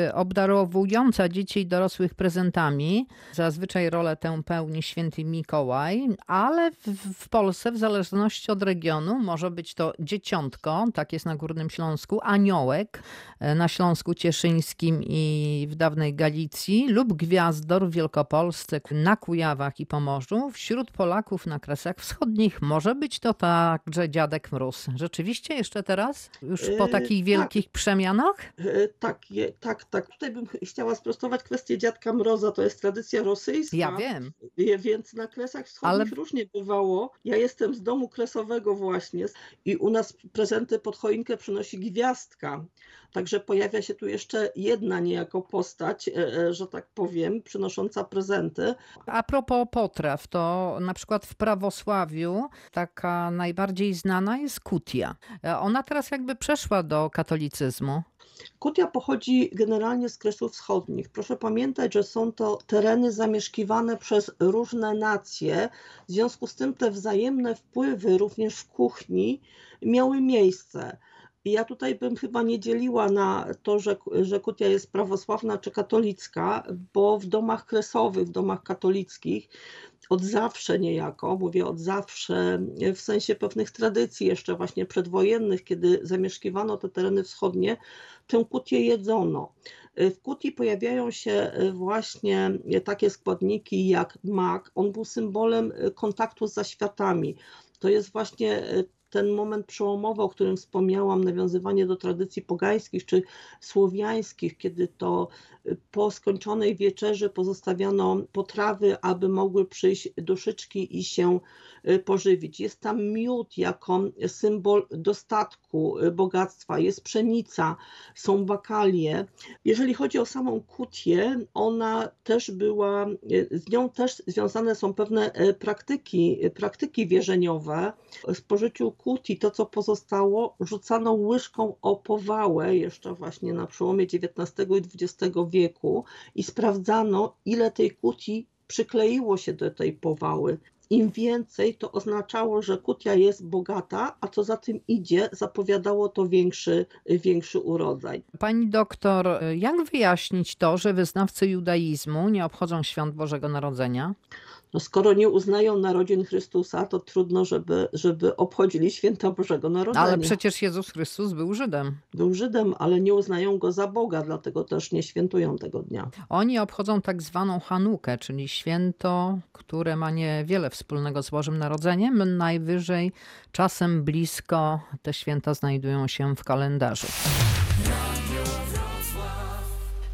obdarowująca dzieci i dorosłych prezentami, zazwyczaj rolę tę pełni święty Mikołaj, ale w, w Polsce w zależności od regionu może być to dzieciątko, tak jest na Górnym Śląsku, aniołek na Śląsku Cieszyńskim i w dawnej Galicji lub gwiazdor w Wielkopolsce, na Kujawach i Pomorzu. Wśród Polaków na Kresach Wschodnich może być to także Dziadek Mróz. Rzeczywiście jeszcze teraz? Już po takich wielkich tak. przemianach? Tak, je, tak, tak. Tutaj bym chciała sprostować kwestię Dziadka Mroza. To jest tradycja rosyjska. Ja wiem. Więc na Kresach Wschodnich Ale... różnie bywało. Ja jestem z domu kresowego właśnie i u nas prezenty pod choinkę przynosi gwiazdka. Także pojawia się tu jeszcze jedna niejako postać, że tak powiem, przynosząca prezenty. A propos potraw, to na przykład w prawosławiu taka najbardziej znana jest kutia. Ona teraz jakby przeszła do katolicyzmu. Kutia pochodzi generalnie z Kresów Wschodnich. Proszę pamiętać, że są to tereny zamieszkiwane przez różne nacje. W związku z tym te wzajemne wpływy również w kuchni miały miejsce. Ja tutaj bym chyba nie dzieliła na to, że, że kutia jest prawosławna czy katolicka, bo w domach kresowych, w domach katolickich od zawsze niejako, mówię od zawsze, w sensie pewnych tradycji jeszcze właśnie przedwojennych, kiedy zamieszkiwano te tereny wschodnie, tę kutię jedzono. W kutii pojawiają się właśnie takie składniki jak mak. On był symbolem kontaktu z zaświatami. To jest właśnie ten moment przełomowy, o którym wspomniałam, nawiązywanie do tradycji pogańskich czy słowiańskich, kiedy to po skończonej wieczerzy pozostawiano potrawy, aby mogły przyjść duszyczki i się pożywić. Jest tam miód jako symbol dostatku, bogactwa, jest pszenica, są bakalie. Jeżeli chodzi o samą kutię, ona też była, z nią też związane są pewne praktyki, praktyki wierzeniowe. W spożyciu kutii to, co pozostało, rzucano łyżką o powałę jeszcze właśnie na przełomie dziewiętnastego i dwudziestego wieku i sprawdzano, ile tej kutii przykleiło się do tej powały. Im więcej, to oznaczało, że kutia jest bogata, a co za tym idzie, zapowiadało to większy, większy urodzaj. Pani doktor, jak wyjaśnić to, że wyznawcy judaizmu nie obchodzą świąt Bożego Narodzenia? No skoro nie uznają narodzin Chrystusa, to trudno, żeby, żeby obchodzili święta Bożego Narodzenia. Ale przecież Jezus Chrystus był Żydem. Był Żydem, ale nie uznają Go za Boga, dlatego też nie świętują tego dnia. Oni obchodzą tak zwaną Chanukę, czyli święto, które ma niewiele wspólnego z Bożym Narodzeniem. Najwyżej czasem blisko te święta znajdują się w kalendarzu.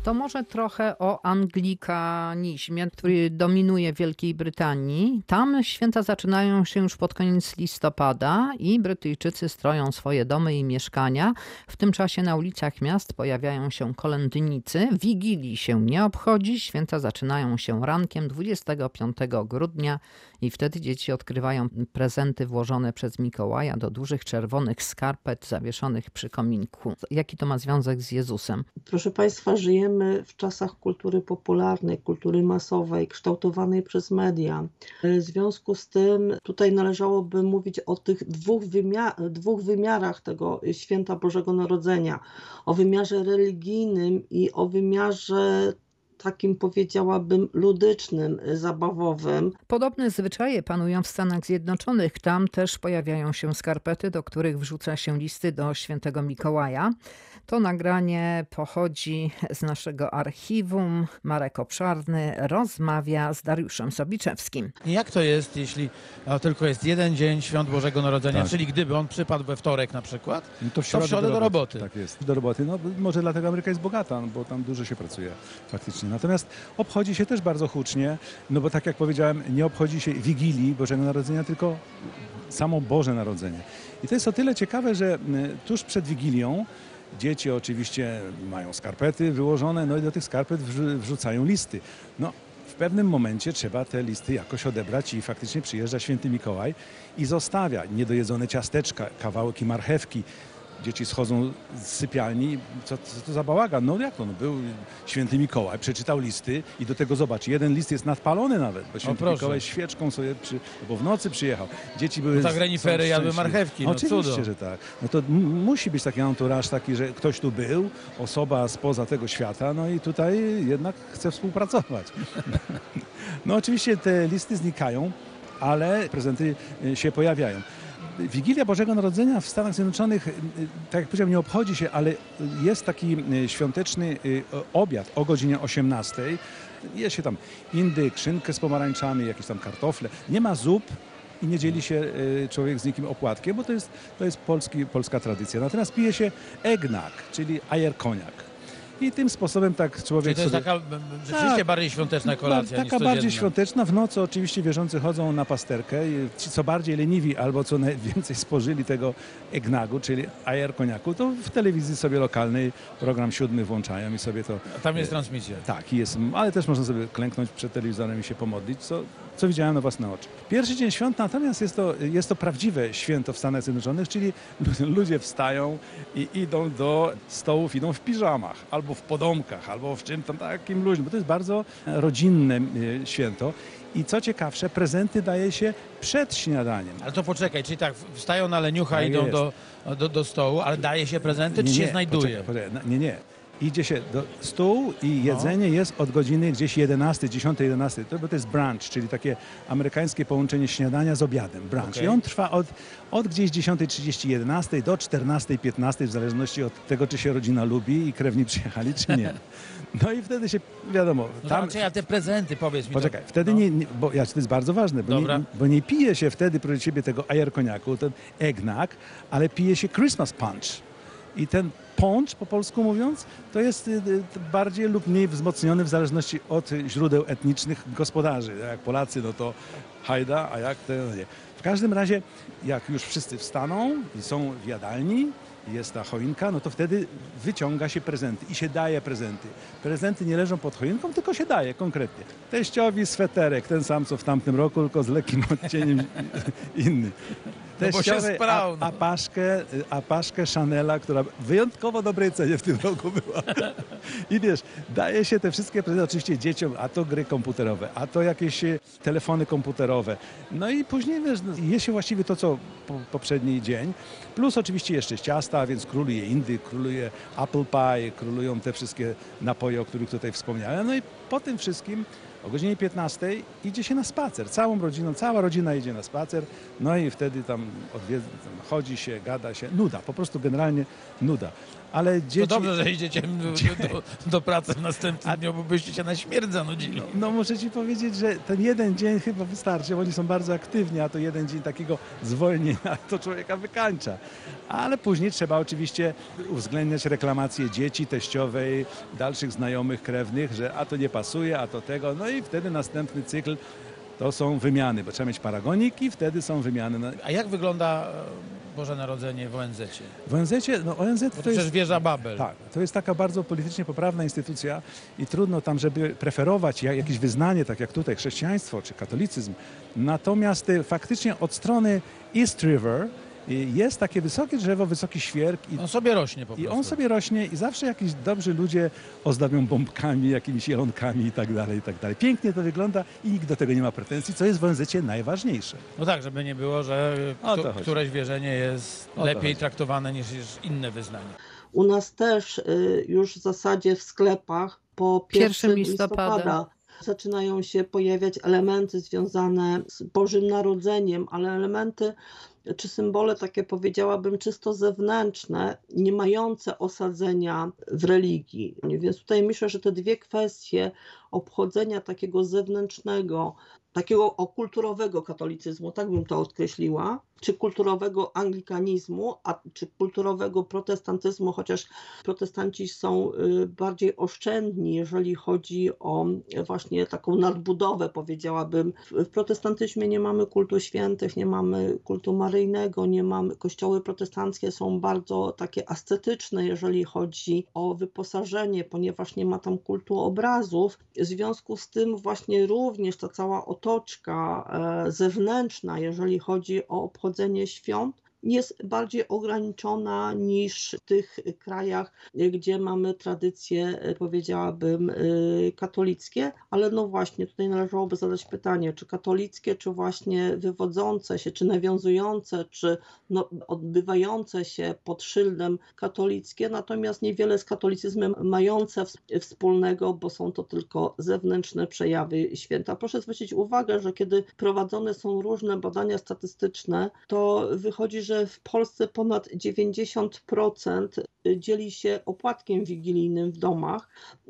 To może trochę o anglikanizmie, który dominuje w Wielkiej Brytanii. Tam święta zaczynają się już pod koniec listopada i Brytyjczycy stroją swoje domy i mieszkania. W tym czasie na ulicach miast pojawiają się kolędnicy. Wigilii się nie obchodzi. Święta zaczynają się rankiem dwudziestego piątego grudnia i wtedy dzieci odkrywają prezenty włożone przez Mikołaja do dużych czerwonych skarpet zawieszonych przy kominku. Jaki to ma związek z Jezusem? Proszę Państwa, żyjemy w czasach kultury popularnej, kultury masowej, kształtowanej przez media. W związku z tym tutaj należałoby mówić o tych dwóch, wymiar- dwóch wymiarach tego święta Bożego Narodzenia. O wymiarze religijnym i o wymiarze takim, powiedziałabym, ludycznym, zabawowym. Podobne zwyczaje panują w Stanach Zjednoczonych. Tam też pojawiają się skarpety, do których wrzuca się listy do świętego Mikołaja. To nagranie pochodzi z naszego archiwum. Marek Obszarny rozmawia z Dariuszem Sobiczewskim. I jak to jest, jeśli no, tylko jest jeden dzień świąt Bożego Narodzenia, Tak. czyli gdyby on przypadł we wtorek na przykład, No to w środę do roboty. Tak jest, do roboty. No może dlatego Ameryka jest bogata, no, bo tam dużo się pracuje faktycznie. Natomiast obchodzi się też bardzo hucznie, no bo tak jak powiedziałem, nie obchodzi się Wigilii Bożego Narodzenia, tylko samo Boże Narodzenie. I to jest o tyle ciekawe, że tuż przed Wigilią dzieci oczywiście mają skarpety wyłożone, no i do tych skarpet wrzucają listy. No, w pewnym momencie trzeba te listy jakoś odebrać i faktycznie przyjeżdża święty Mikołaj i zostawia niedojedzone ciasteczka, kawałki marchewki. Dzieci schodzą z sypialni, co, co to za bałagan? No jak to? No, był święty Mikołaj, przeczytał listy i do tego zobacz, jeden list jest nadpalony nawet, bo święty Mikołaj świeczką sobie, przy, bo w nocy przyjechał. Dzieci były... No tak renifery jadły marchewki, no oczywiście, cudo. że tak. No to m- musi być taki anturaż taki, że ktoś tu był, osoba spoza tego świata, no i tutaj jednak chce współpracować. No oczywiście te listy znikają, ale prezenty się pojawiają. Wigilia Bożego Narodzenia w Stanach Zjednoczonych, tak jak powiedziałem, nie obchodzi się, ale jest taki świąteczny obiad o godzinie osiemnastej. Je się tam indyk, szynkę z pomarańczami, jakieś tam kartofle. Nie ma zup i nie dzieli się człowiek z nikim opłatkiem, bo to jest, to jest polski, polska tradycja. Natomiast pije się eggnog, czyli ajerkoniak. I tym sposobem tak człowiek Czyli to jest sobie... taka rzeczywiście Tak. bardziej świąteczna kolacja Taka niż bardziej codzienna. świąteczna. W nocy oczywiście wierzący chodzą na pasterkę. I ci, co bardziej leniwi albo co najwięcej spożyli tego eggnagu, czyli ajerkoniaku, to w telewizji sobie lokalnej program siódmy włączają i sobie to... A tam jest transmisja. Tak, jest, ale też można sobie klęknąć przed telewizorem i się pomodlić, co, co widziałem na własne oczy. Pierwszy dzień świąt natomiast jest to, jest to prawdziwe święto w Stanach Zjednoczonych, czyli ludzie wstają i idą do stołów, idą w piżamach, albo w podomkach, albo w czym tam takim luźnym, bo to jest bardzo rodzinne święto. I co ciekawsze, prezenty daje się przed śniadaniem. Ale to poczekaj, czyli tak, wstają na leniucha, Tak idą jest. do, do, do stołu, ale daje się prezenty, czy się znajduje? Poczekaj, poczekaj. Nie, nie. Idzie się do stół i jedzenie no. jest od godziny gdzieś jedenastej, dziesiątej, jedenastej. To, bo to jest brunch, czyli takie amerykańskie połączenie śniadania z obiadem. Brunch. Okay. I on trwa od, od gdzieś dziesiątej trzydzieści, jedenastej do czternastej, piętnastej, w zależności od tego, czy się rodzina lubi i krewni przyjechali, czy nie. No i wtedy się, wiadomo... No tam... to, a te prezenty, powiedz mi. Poczekaj, to... wtedy no. nie, nie, bo ja, to jest bardzo ważne, bo nie, bo nie pije się wtedy, proszę ciebie, tego ajerkoniaku, ten eggnog, ale pije się Christmas punch. I ten punch, po polsku mówiąc, to jest bardziej lub mniej wzmocniony w zależności od źródeł etnicznych gospodarzy. Jak Polacy, no to hajda, a jak te, no nie. W każdym razie, jak już wszyscy wstaną i są w jadalni, jest ta choinka, no to wtedy wyciąga się prezenty i się daje prezenty. Prezenty nie leżą pod choinką, tylko się daje konkretnie. Teściowi sweterek, ten sam co w tamtym roku, tylko z lekkim odcieniem inny. Teściowej no a, a, paszkę, a paszkę Chanela, która w wyjątkowo dobrej cenie w tym roku była. I wiesz, daje się te wszystkie prezenty oczywiście dzieciom, a to gry komputerowe, a to jakieś telefony komputerowe. No i później wiesz, je się właściwie to, co po, poprzedni dzień. Plus oczywiście jeszcze ciasta, więc króluje indyk, króluje apple pie, królują te wszystkie napoje, o których tutaj wspomniałem. No i po tym wszystkim O godzinie piętnastej idzie się na spacer, całą rodziną, cała rodzina idzie na spacer, no i wtedy tam, odwiedz, tam chodzi się, gada się, nuda, po prostu generalnie nuda. Ale dzieci... To dobrze, że idziecie do, do, do pracy w następnym dniu, bo byście się na śmierć zanudzili. No, no muszę ci powiedzieć, że ten jeden dzień chyba wystarczy, oni są bardzo aktywni, a to jeden dzień takiego zwolnienia to człowieka wykańcza. Ale później trzeba oczywiście uwzględniać reklamacje dzieci, teściowej, dalszych znajomych, krewnych, że a to nie pasuje, a to tego, no i wtedy następny cykl to są wymiany, bo trzeba mieć paragonik i wtedy są wymiany. A jak wygląda Boże Narodzenie w O N Z-cie? W O N Z-cie, no O N Z Bo to, to przecież jest wieża Babel. Tak, to jest taka bardzo politycznie poprawna instytucja i trudno tam, żeby preferować jakieś wyznanie, tak jak tutaj chrześcijaństwo czy katolicyzm. Natomiast y, faktycznie od strony East River jest takie wysokie drzewo, wysoki świerk. I on sobie rośnie po prostu. I on sobie rośnie i zawsze jakiś dobrzy ludzie ozdabią bombkami, jakimiś jelonkami i tak dalej, i tak dalej. Pięknie to wygląda i nikt do tego nie ma pretensji, co jest w O N Z-cie najważniejsze. No tak, żeby nie było, że kto, któreś wierzenie jest O lepiej traktowane niż inne wyznania. U nas też y, już w zasadzie w sklepach po pierwszego listopada zaczynają się pojawiać elementy związane z Bożym Narodzeniem, ale elementy czy symbole takie, powiedziałabym, czysto zewnętrzne, nie mające osadzenia w religii. Więc tutaj myślę, że te dwie kwestie obchodzenia takiego zewnętrznego, takiego kulturowego katolicyzmu, tak bym to określiła, czy kulturowego anglikanizmu, a czy kulturowego protestantyzmu, chociaż protestanci są bardziej oszczędni, jeżeli chodzi o właśnie taką nadbudowę, powiedziałabym. W protestantyzmie nie mamy kultu świętych, nie mamy kultu maryjnego, nie mamy, kościoły protestanckie są bardzo takie ascetyczne, jeżeli chodzi o wyposażenie, ponieważ nie ma tam kultu obrazów. W związku z tym właśnie również ta cała otoczka zewnętrzna, jeżeli chodzi o obchodzenie świąt, jest bardziej ograniczona niż w tych krajach, gdzie mamy tradycje, powiedziałabym, katolickie, ale no właśnie tutaj należałoby zadać pytanie, czy katolickie, czy właśnie wywodzące się, czy nawiązujące, czy no, odbywające się pod szyldem katolickie, natomiast niewiele z katolicyzmem mające wspólnego, bo są to tylko zewnętrzne przejawy święta. Proszę zwrócić uwagę, że kiedy prowadzone są różne badania statystyczne, to wychodzi, że w Polsce ponad dziewięćdziesiąt procent dzieli się opłatkiem wigilijnym w domach,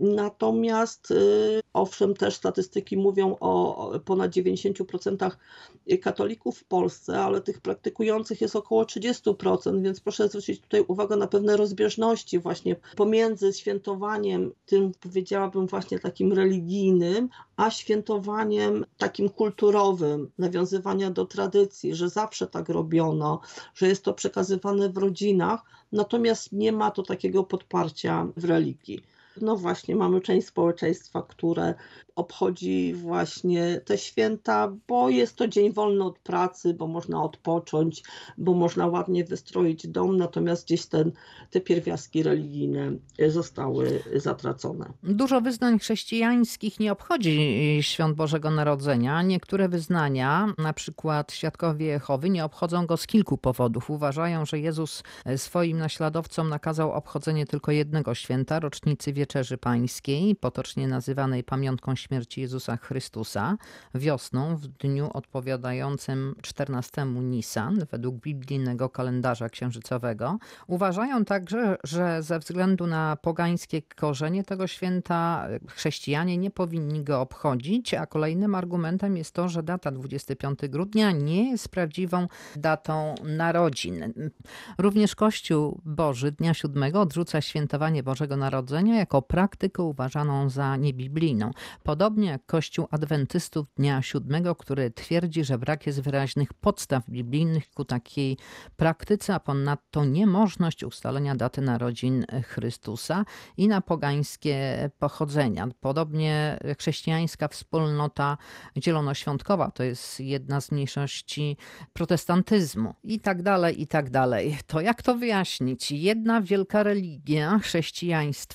natomiast owszem, też statystyki mówią o ponad dziewięćdziesięciu procentach katolików w Polsce, ale tych praktykujących jest około trzydziestu procent, więc proszę zwrócić tutaj uwagę na pewne rozbieżności właśnie pomiędzy świętowaniem tym, powiedziałabym, właśnie takim religijnym, a świętowaniem takim kulturowym, nawiązywania do tradycji, że zawsze tak robiono, że jest to przekazywane w rodzinach, natomiast nie ma to takiego podparcia w religii. No właśnie, mamy część społeczeństwa, które obchodzi właśnie te święta, bo jest to dzień wolny od pracy, bo można odpocząć, bo można ładnie wystroić dom, natomiast gdzieś ten, te pierwiastki religijne zostały zatracone. Dużo wyznań chrześcijańskich nie obchodzi świąt Bożego Narodzenia. Niektóre wyznania, na przykład Świadkowie Jehowy, nie obchodzą go z kilku powodów. Uważają, że Jezus swoim naśladowcom nakazał obchodzenie tylko jednego święta, rocznicy Wieczerzy Pańskiej, potocznie nazywanej pamiątką śmierci Jezusa Chrystusa, wiosną w dniu odpowiadającym czternastego Nisan według biblijnego kalendarza księżycowego. Uważają także, że ze względu na pogańskie korzenie tego święta chrześcijanie nie powinni go obchodzić, a kolejnym argumentem jest to, że data dwudziestego piątego grudnia nie jest prawdziwą datą narodzin. Również Kościół Boży dnia siódmego odrzuca świętowanie Bożego Narodzenia jako praktykę uważaną za niebiblijną. Podobnie jak Kościół Adwentystów dnia siódmego, który twierdzi, że brak jest wyraźnych podstaw biblijnych ku takiej praktyce, a ponadto niemożność ustalenia daty narodzin Chrystusa i na pogańskie pochodzenia. Podobnie chrześcijańska wspólnota zielonoświątkowa to jest jedna z mniejszości protestantyzmu i tak dalej, i tak dalej. To jak to wyjaśnić? Jedna wielka religia, chrześcijaństwo,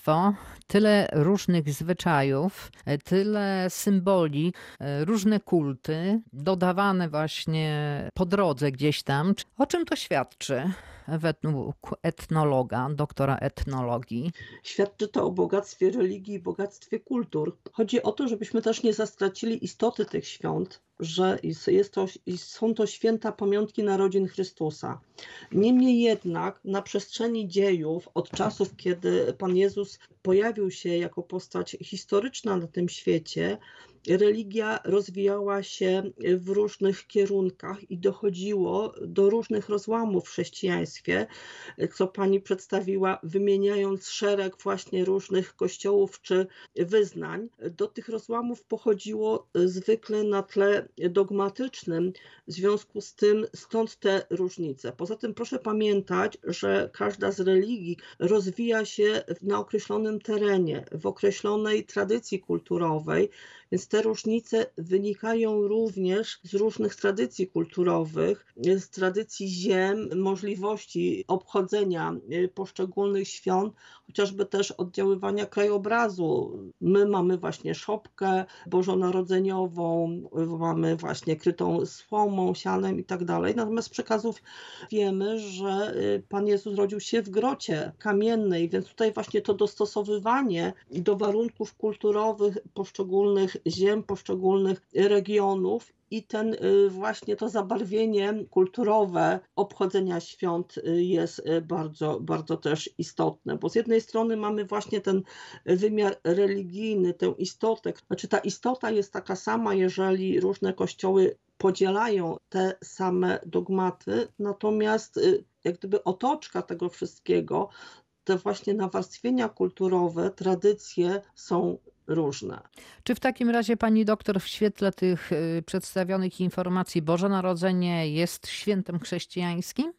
tyle różnych zwyczajów, tyle symboli, różne kulty, dodawane właśnie po drodze gdzieś tam. O czym to świadczy według etnologa, doktora etnologii? Świadczy to o bogactwie religii i bogactwie kultur. Chodzi o to, żebyśmy też nie zastracili istoty tych świąt, że jest to, są to święta pamiątki narodzin Chrystusa. Niemniej jednak na przestrzeni dziejów, od czasów, kiedy Pan Jezus pojawił się jako postać historyczna na tym świecie, religia rozwijała się w różnych kierunkach i dochodziło do różnych rozłamów w chrześcijaństwie, co pani przedstawiła, wymieniając szereg właśnie różnych kościołów czy wyznań. Do tych rozłamów pochodziło zwykle na tle dogmatycznym, w związku z tym stąd te różnice. Poza tym proszę pamiętać, że każda z religii rozwija się na określonym terenie, w określonej tradycji kulturowej, więc te różnice wynikają również z różnych tradycji kulturowych, z tradycji ziem, możliwości obchodzenia poszczególnych świąt, chociażby też oddziaływania krajobrazu. My mamy właśnie szopkę bożonarodzeniową, mamy właśnie krytą słomą, sianem i tak dalej. Natomiast z przekazów wiemy, że Pan Jezus rodził się w grocie kamiennej, więc tutaj właśnie to dostosowywanie do warunków kulturowych poszczególnych ziem, poszczególnych regionów i ten właśnie to zabarwienie kulturowe obchodzenia świąt jest bardzo, bardzo też istotne, bo z jednej strony mamy właśnie ten wymiar religijny, tę istotę, znaczy ta istota jest taka sama, jeżeli różne kościoły podzielają te same dogmaty, natomiast jak gdyby otoczka tego wszystkiego, te właśnie nawarstwienia kulturowe, tradycje są różne. Czy w takim razie pani doktor w świetle tych y, przedstawionych informacji Boże Narodzenie jest świętem chrześcijańskim?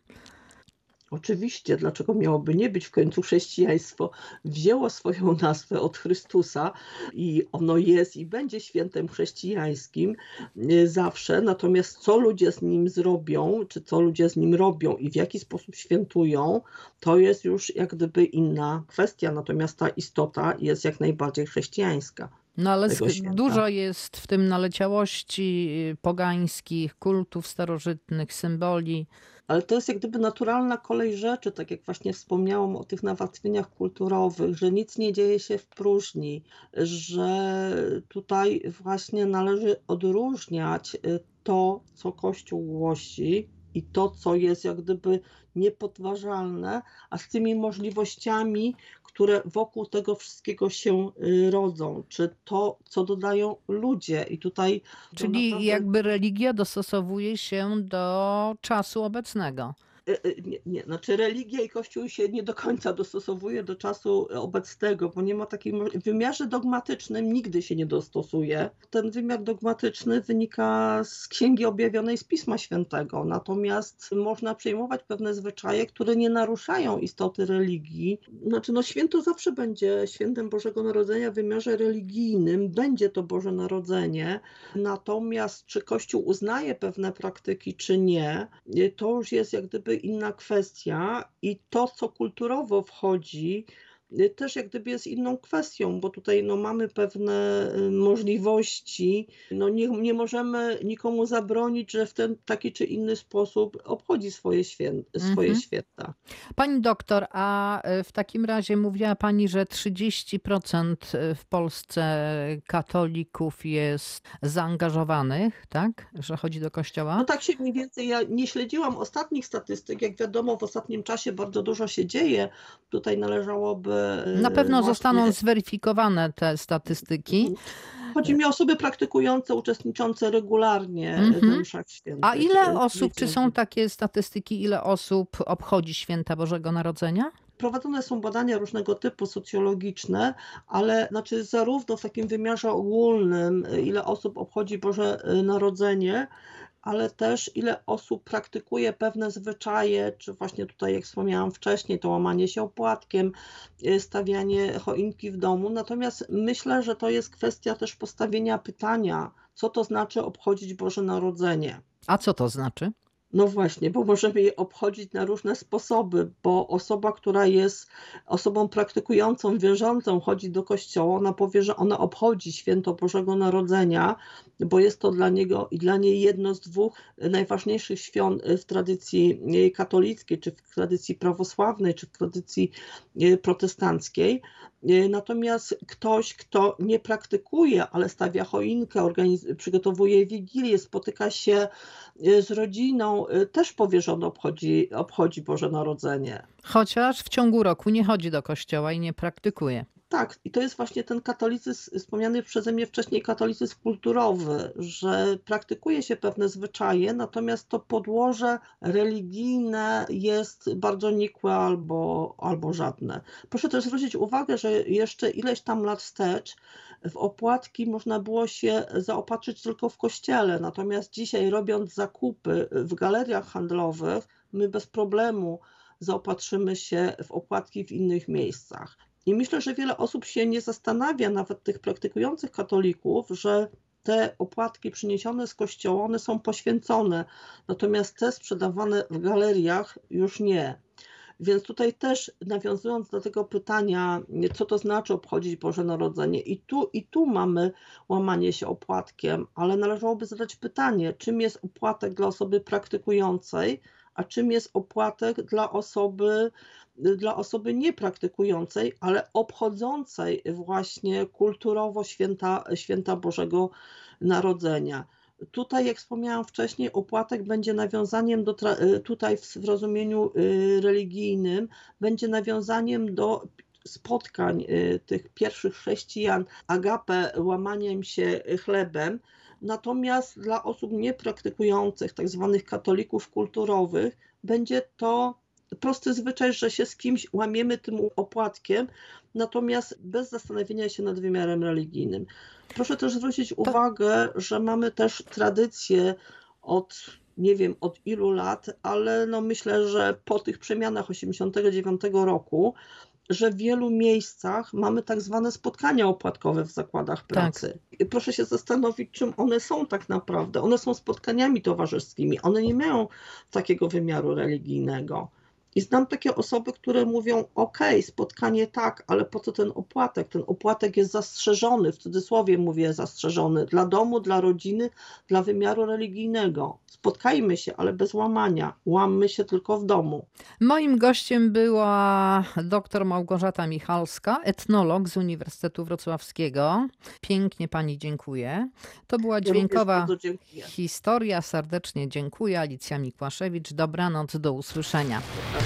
Oczywiście, dlaczego miałoby nie być? W końcu chrześcijaństwo wzięło swoją nazwę od Chrystusa i ono jest i będzie świętem chrześcijańskim zawsze. Natomiast co ludzie z nim zrobią, czy co ludzie z nim robią i w jaki sposób świętują, to jest już jak gdyby inna kwestia. Natomiast ta istota jest jak najbardziej chrześcijańska. No ale dużo jest w tym naleciałości pogańskich, kultów starożytnych, symboli. Ale to jest jak gdyby naturalna kolej rzeczy, tak jak właśnie wspomniałam o tych nawarstwieniach kulturowych, że nic nie dzieje się w próżni, że tutaj właśnie należy odróżniać to, co Kościół głosi i to, co jest jak gdyby niepodważalne, a z tymi możliwościami, które wokół tego wszystkiego się rodzą, czy to, co dodają ludzie. I tutaj Czyli naprawdę... jakby religia dostosowuje się do czasu obecnego. Nie, nie, znaczy religia i Kościół się nie do końca dostosowuje do czasu obecnego, bo nie ma takiej w wymiarze dogmatycznym nigdy się nie dostosuje. Ten wymiar dogmatyczny wynika z Księgi Objawionej z Pisma Świętego, natomiast można przyjmować pewne zwyczaje, które nie naruszają istoty religii. Znaczy no święto zawsze będzie świętem Bożego Narodzenia w wymiarze religijnym, będzie to Boże Narodzenie, natomiast czy Kościół uznaje pewne praktyki, czy nie, to już jest jak gdyby inna kwestia i to, co kulturowo wchodzi, też jak gdyby jest inną kwestią, bo tutaj no, mamy pewne możliwości, no, nie, nie możemy nikomu zabronić, że w ten taki czy inny sposób obchodzi swoje, świę, swoje mhm. święta. Pani doktor, a w takim razie mówiła pani, że trzydzieści procent w Polsce katolików jest zaangażowanych, tak? Że chodzi do kościoła? No tak się mniej więcej, ja nie śledziłam ostatnich statystyk, jak wiadomo w ostatnim czasie bardzo dużo się dzieje, tutaj należałoby Na pewno właśnie... zostaną zweryfikowane te statystyki. Chodzi mi o osoby praktykujące, uczestniczące regularnie mm-hmm. w mszach świętych. A ile osób, czy są takie statystyki, ile osób obchodzi święta Bożego Narodzenia? Prowadzone są badania różnego typu socjologiczne, ale znaczy zarówno w takim wymiarze ogólnym, ile osób obchodzi Boże Narodzenie, ale też ile osób praktykuje pewne zwyczaje, czy właśnie tutaj, jak wspomniałam wcześniej, to łamanie się opłatkiem, stawianie choinki w domu. Natomiast myślę, że to jest kwestia też postawienia pytania, co to znaczy obchodzić Boże Narodzenie. A co to znaczy? No właśnie, bo możemy je obchodzić na różne sposoby, bo osoba, która jest osobą praktykującą, wierzącą, chodzi do kościoła, ona powie, że ona obchodzi święto Bożego Narodzenia, bo jest to dla niego i dla niej jedno z dwóch najważniejszych świąt w tradycji katolickiej, czy w tradycji prawosławnej, czy w tradycji protestanckiej. Natomiast ktoś, kto nie praktykuje, ale stawia choinkę, organiz- przygotowuje wigilię, spotyka się z rodziną, też powie, że on obchodzi, obchodzi Boże Narodzenie. Chociaż w ciągu roku nie chodzi do kościoła i nie praktykuje. Tak, i to jest właśnie ten katolicyzm, wspomniany przeze mnie wcześniej katolicyzm kulturowy, że praktykuje się pewne zwyczaje, natomiast to podłoże religijne jest bardzo nikłe albo, albo żadne. Proszę też zwrócić uwagę, że jeszcze ileś tam lat wstecz w opłatki można było się zaopatrzyć tylko w kościele, natomiast dzisiaj, robiąc zakupy w galeriach handlowych, my bez problemu zaopatrzymy się w opłatki w innych miejscach. I myślę, że wiele osób się nie zastanawia, nawet tych praktykujących katolików, że te opłatki przyniesione z kościoła, one są poświęcone, natomiast te sprzedawane w galeriach już nie. Więc tutaj też nawiązując do tego pytania, co to znaczy obchodzić Boże Narodzenie, i tu, i tu mamy łamanie się opłatkiem, ale należałoby zadać pytanie, czym jest opłatek dla osoby praktykującej, a czym jest opłatek dla osoby, dla osoby niepraktykującej, ale obchodzącej właśnie kulturowo święta, święta Bożego Narodzenia. Tutaj, jak wspomniałam wcześniej, opłatek będzie nawiązaniem do, tutaj w rozumieniu religijnym, będzie nawiązaniem do spotkań tych pierwszych chrześcijan, agape, łamaniem się chlebem. Natomiast dla osób niepraktykujących, tak zwanych katolików kulturowych, będzie to prosty zwyczaj, że się z kimś łamiemy tym opłatkiem, natomiast bez zastanowienia się nad wymiarem religijnym. Proszę też zwrócić uwagę, że mamy też tradycję od, nie wiem od ilu lat, ale no myślę, że po tych przemianach osiemdziesiątego dziewiątego roku, że w wielu miejscach mamy tak zwane spotkania opłatkowe w zakładach pracy. Tak. Proszę się zastanowić, czym one są tak naprawdę. One są spotkaniami towarzyskimi, one nie mają takiego wymiaru religijnego. I znam takie osoby, które mówią, ok, spotkanie tak, ale po co ten opłatek? Ten opłatek jest zastrzeżony, w cudzysłowie mówię zastrzeżony, dla domu, dla rodziny, dla wymiaru religijnego. Spotkajmy się, ale bez łamania. Łammy się tylko w domu. Moim gościem była dr Małgorzata Michalska, etnolog z Uniwersytetu Wrocławskiego. Pięknie pani dziękuję. To była dźwiękowa historia. Serdecznie dziękuję. Alicja Mikłaszewicz. Dobranoc, do usłyszenia.